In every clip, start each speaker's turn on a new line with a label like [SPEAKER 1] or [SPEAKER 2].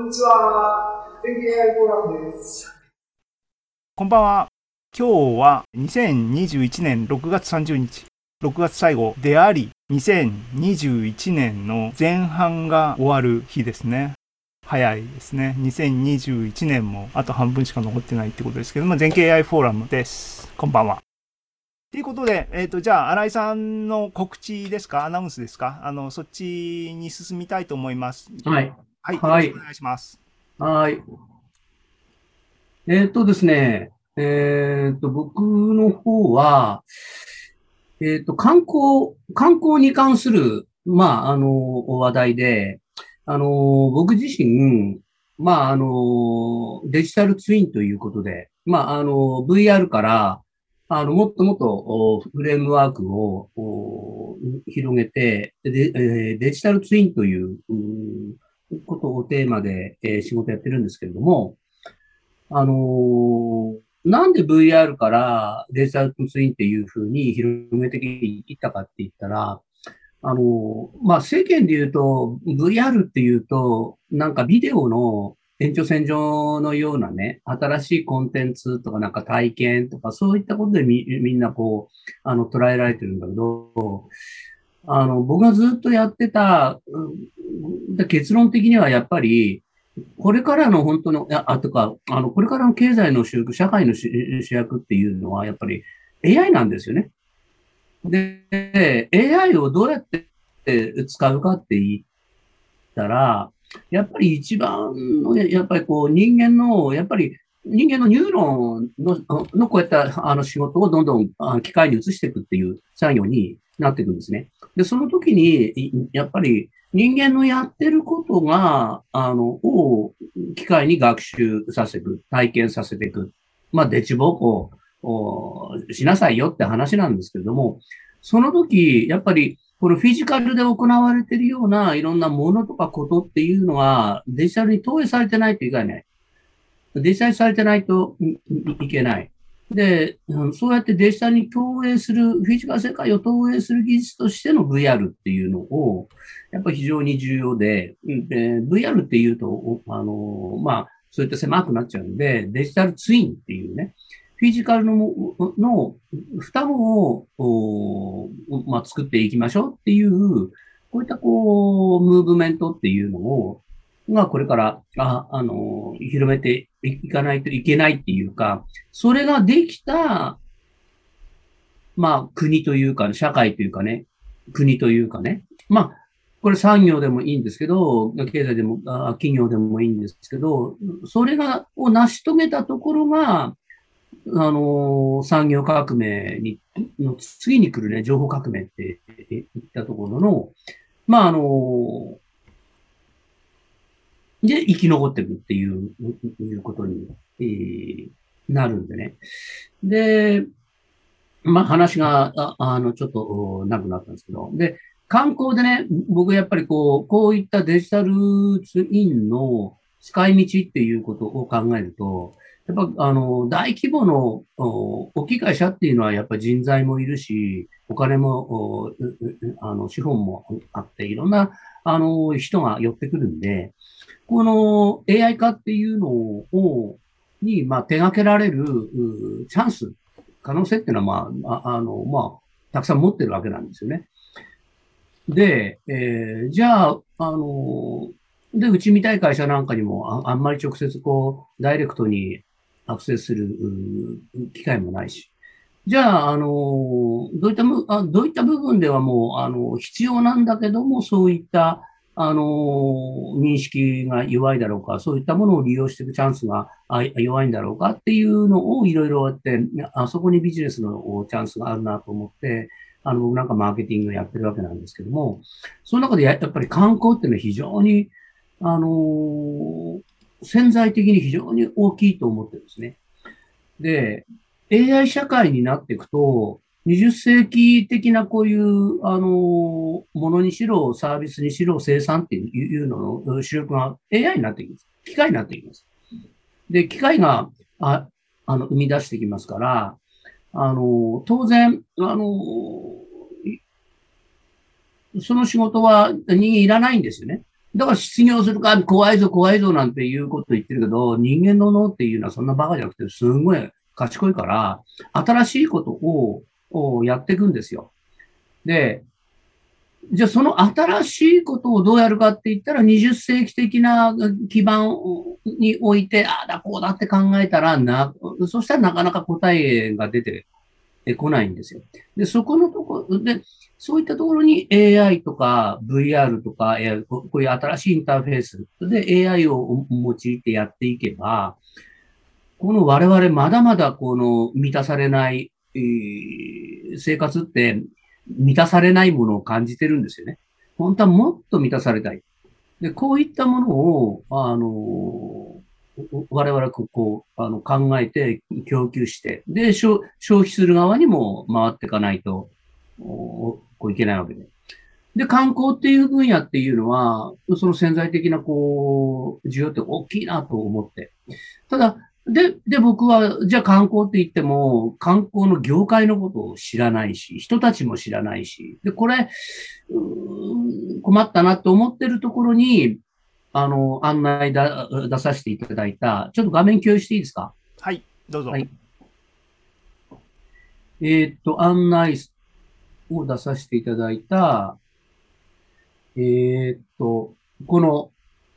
[SPEAKER 1] にちは。天気 AI フォーラムです。
[SPEAKER 2] こんばんは。今日は2021年6月30日、6月最後であり、2021年の前半が終わる日ですね。早いですね。2021年もあと半分しか残ってないってことですけども、全景 AI フォーラムです。こんばんは。ということで、じゃあ、新井さんの告知ですか？アナウンスですか？そっちに進みたいと思います。
[SPEAKER 3] はい。
[SPEAKER 2] はい、よろ
[SPEAKER 3] はい。
[SPEAKER 2] しくお願いします。
[SPEAKER 3] はい。ですね、僕の方は、観光に関する、話題で、僕自身、デジタルツインということで、VR から、もっともっとフレームワークを広げて、デジタルツインということをテーマで、仕事やってるんですけれども、なんで VR からデジタルツインっていうふうに広めていったかって言ったら、世間で言うと VR っていうと、なんかビデオの延長線上のようなね、新しいコンテンツとかなんか体験とかそういったことでみんなこう、捉えられてるんだけど、僕がずっとやってた、結論的にはやっぱり、これからの本当の、これからの経済の主役、社会の主役っていうのは、やっぱり AI なんですよね。で、AI をどうやって使うかって言ったら、やっぱり一番の、やっぱりこう人間の、やっぱり人間のニューロンのこういった仕事をどんどん機械に移していくっていう作業になっていくんですね。で、その時に、やっぱり人間のやってることが、を機械に学習させていく、体験させていく。デチボコをしなさいよって話なんですけれども、その時、やっぱりこのフィジカルで行われているようないろんなものとかことっていうのはデジタルに投影されてないといけない。デジタルされてないといけない。で、そうやってデジタルに投影する、フィジカル世界を投影する技術としての VR っていうのを、やっぱり非常に重要で、VR っていうと、そういった狭くなっちゃうんで、デジタルツインっていうね、フィジカルの双子を、作っていきましょうっていう、こういったムーブメントっていうのを、これから、広めていかないといけないっていうか、それができた、国というか、社会というかね、国というかね。これ産業でもいいんですけど、経済でも、企業でもいいんですけど、それを成し遂げたところが、産業革命の次に来るね、情報革命って言ったところの、で、生き残っていくっていうことに、なるんでね。で、話が、ちょっと長くなったんですけど、で、観光でね、僕やっぱりこういったデジタルツインの使い道っていうことを考えると、やっぱ、大規模の大きい会社っていうのはやっぱり人材もいるし、お金も、資本もあって、いろんな、人が寄ってくるんで、この AI 化っていうのに、手掛けられるチャンス、可能性っていうのは、たくさん持ってるわけなんですよね。で、じゃあ、で、うちみたい会社なんかにもあんまり直接ダイレクトにアクセスする機会もないし。じゃあ、どういった部分ではもう、必要なんだけども、そういった、認識が弱いだろうか、そういったものを利用していくチャンスが弱いんだろうかっていうのをいろいろあって、あそこにビジネスのチャンスがあるなと思って、僕なんかマーケティングやってるわけなんですけども、その中でやっぱり観光っていうのは非常に、潜在的に非常に大きいと思ってるんですね。で、AI 社会になっていくと、20世紀的なこういう、ものにしろ、サービスにしろ、生産っていうのの主力が AI になっていきます。機械になっていきます。で、機械が、生み出してきますから、当然、その仕事は人間いらないんですよね。 だから失業するか、怖いぞ、怖いぞなんていうこと言ってるけど、人間の脳っていうのはそんなバカじゃなくて、すごい賢いから、新しいことをやっていくんですよ。で、じゃあその新しいことをどうやるかって言ったら、20世紀的な基盤において、ああだこうだって考えたらそしたらなかなか答えが出てこないんですよ。で、そこのところで、そういったところに AI とか VR とか、こういう新しいインターフェースで AI を用いてやっていけば、この我々まだまだこの満たされない、生活って満たされないものを感じてるんですよね。本当はもっと満たされたい。で、こういったものを、我々考えて供給して、で、消費する側にも回っていかないと、いけないわけで。で、観光っていう分野っていうのは、その潜在的な、需要って大きいなと思って。ただ、僕は、じゃあ観光って言っても、観光の業界のことを知らないし、人たちも知らないし、で、これ、困ったなと思ってるところに、案内出させていただいた、ちょっと画面共有していいですか？
[SPEAKER 2] はい、どうぞ。
[SPEAKER 3] はい。案内を出させていただいた、この、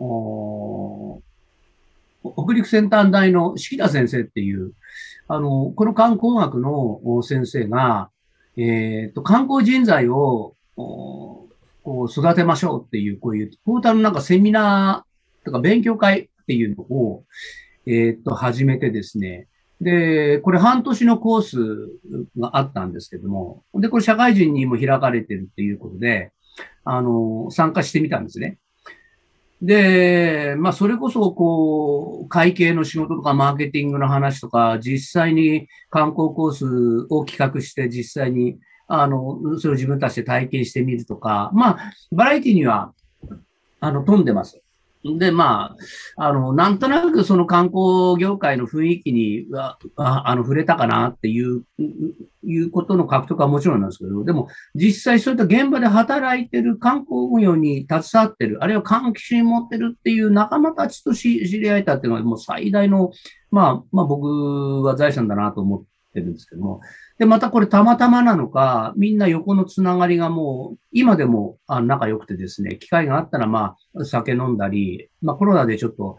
[SPEAKER 3] 北陸先端大の敷田先生っていう、この観光学の先生が、観光人材を、育てましょうっていう、こういう、トータルなんかセミナーとか勉強会っていうのを、始めてですね。で、これ半年のコースがあったんですけども、で、これ社会人にも開かれてるっていうことで、参加してみたんですね。で、まあ、それこそ、会計の仕事とか、マーケティングの話とか、実際に観光コースを企画して、実際に、それを自分たちで体験してみるとか、まあ、バラエティには、飛んでます。で、まあ、なんとなくその観光業界の雰囲気に触れたかなっていうことの獲得はもちろんなんですけど、でも実際そういった現場で働いてる観光運用に携わってる、あるいは関係心持ってるっていう仲間たちと知り合えたっていうのはもう最大の、まあ僕は財産だなと思ってるんですけども、で、またこれたまたまなのか、みんな横のつながりがもう、今でも仲良くてですね、機会があったらまあ、酒飲んだり、まあコロナでちょっと、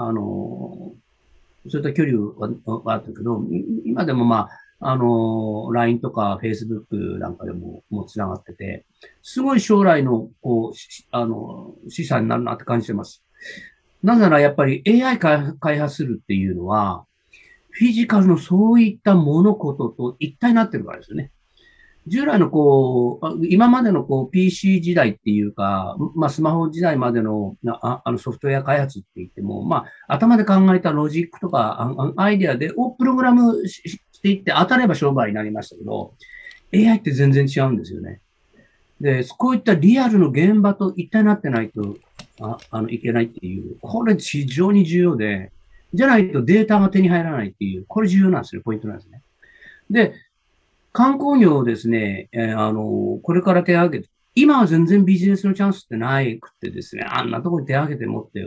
[SPEAKER 3] そういった距離はあったけど、今でもまあ、LINE とか Facebook なんかでもつながってて、すごい将来の、資産になるなって感じてます。なぜならやっぱり AI 開発するっていうのは、フィジカルのそういった物事と一体になってるからですよね。従来の今までのPC 時代っていうか、まあスマホ時代までのソフトウェア開発って言っても、まあ頭で考えたロジックとかアイデアをプログラムしていって当たれば商売になりましたけど、AI って全然違うんですよね。で、こういったリアルの現場と一体になってないといけないっていう、これ非常に重要で、じゃないとデータが手に入らないっていう、これ重要なんですよ、ポイントなんですね。で、観光業をですね、これから手を挙げて、今は全然ビジネスのチャンスってないくてですね、あんなところに手を挙げてもって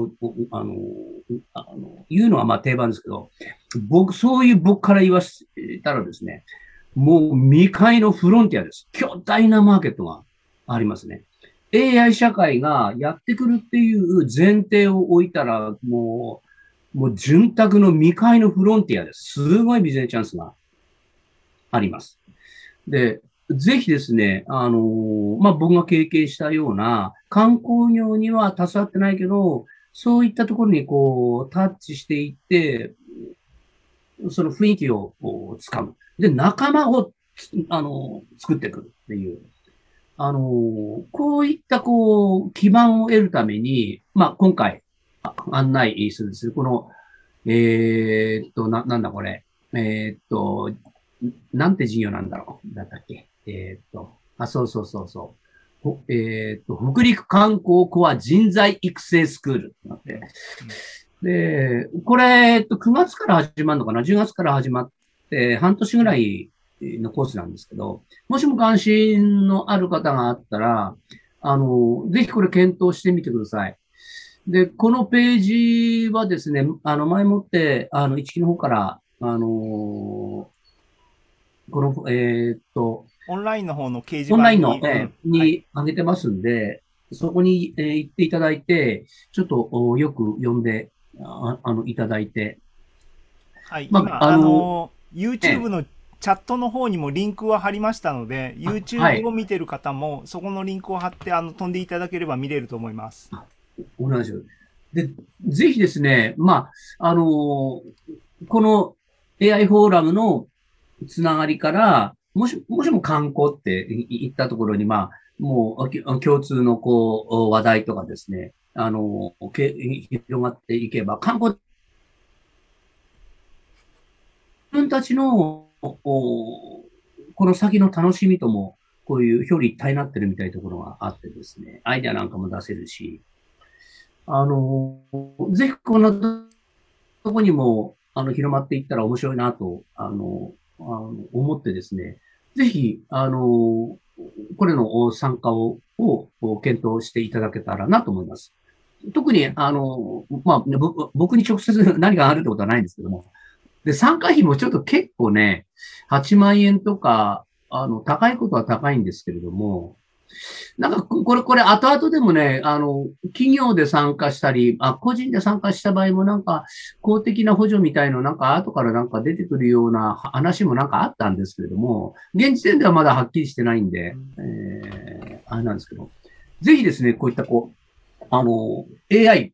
[SPEAKER 3] 言うのはまあ定番ですけど、そういう僕から言わせたらですね、もう未開のフロンティアです。巨大なマーケットがありますね。AI 社会がやってくるっていう前提を置いたら、もう潤沢の未開のフロンティアです。すごいビジネスチャンスがあります。で、ぜひですね、まあ、僕が経験したような観光業には携わってないけど、そういったところにタッチしていって、その雰囲気をつかむ。で、仲間を、作っていくっていう。こういった基盤を得るために、まあ、今回案内するんですこの、なんだこれ。なんて授業なんだろう。だったっけ。そうそうそうそう。北陸観光コア人材育成スクールってなって。で、これ、9月から始まるのかな ?10 月から始まって、半年ぐらいのコースなんですけど、もしも関心のある方があったら、 ぜひこれ検討してみてください。で、このページはですね、前もって、一木の方から、この、
[SPEAKER 2] オンラインの方の掲示
[SPEAKER 3] オンラインの、
[SPEAKER 2] 板に、はい。
[SPEAKER 3] に上げてますんで、そこに、行っていただいて、ちょっとよく読んで、いただいて、
[SPEAKER 2] はい。
[SPEAKER 3] まあ、
[SPEAKER 2] 今、YouTube
[SPEAKER 3] え
[SPEAKER 2] のチャットの方にもリンクは貼りましたので、
[SPEAKER 3] は
[SPEAKER 2] YouTube
[SPEAKER 3] い、
[SPEAKER 2] を見てる方も、そこのリンクを貼って、飛んでいただければ見れると思います。
[SPEAKER 3] お願いします。で、ぜひですね、この AI フォーラムのつながりから、もしも観光って言ったところに、もう共通の話題とかですね、広がっていけば、観光、自分たちの、この先の楽しみとも、こういう表裏一体になってるみたいなところがあってですね、アイデアなんかも出せるし、ぜひこんなとこにも、広まっていったら面白いなと、思ってですね、ぜひ、これの参加を検討していただけたらなと思います。特に、僕に直接何があるってことはないんですけども、で、参加費もちょっと結構ね、8万円とか、高いことは高いんですけれども、なんか、これ、後々でもね、企業で参加したり、個人で参加した場合もなんか、公的な補助みたいのなんか、後からなんか出てくるような話もなんかあったんですけれども、現時点ではまだはっきりしてないんで、あれなんですけど、ぜひですね、こういったAI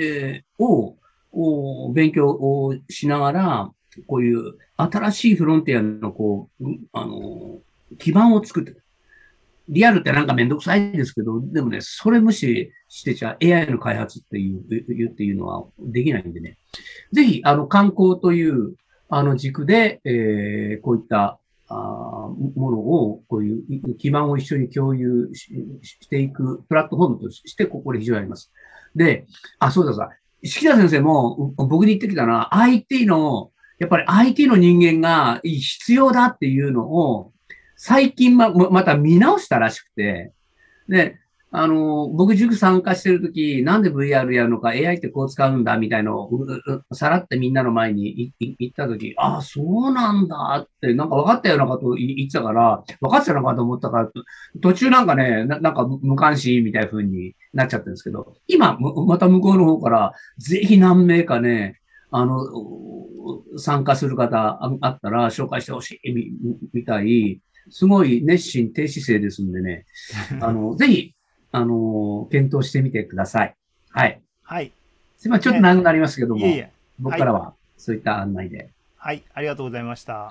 [SPEAKER 3] を勉強をしながら、こういう新しいフロンティアの基盤を作って、リアルってなんかめんどくさいですけど、でもね、それ無視してちゃ AI の開発っていうのはできないんでね。ぜひ、観光という、軸で、こういった、ものを、こういう基盤を一緒に共有していくプラットフォームとして、ここで非常にあります。で、そうださ、敷田先生も僕に言ってきたのは、やっぱり IT の人間が必要だっていうのを、最近また見直したらしくて、で、僕塾参加してるとき、なんで VR やるのか、AI ってこう使うんだ、みたいのを、さらってみんなの前に言ったとき、そうなんだって、なんか分かったようなことを言ってたから、分かってたのかと思ったから、途中なんかね、なんか無関心みたいな風になっちゃってるんですけど、今、また向こうの方から、ぜひ何名かね、参加する方あったら紹介してほしいみたい、すごい熱心低姿勢ですんでね、ぜひ、検討してみてください。はい。
[SPEAKER 2] はい。
[SPEAKER 3] すいません、ちょっと
[SPEAKER 2] ね。
[SPEAKER 3] 長くなりますけども、
[SPEAKER 2] いえいえ。はい。
[SPEAKER 3] 僕からはそういった案内で。
[SPEAKER 2] はい。ありがとうございました。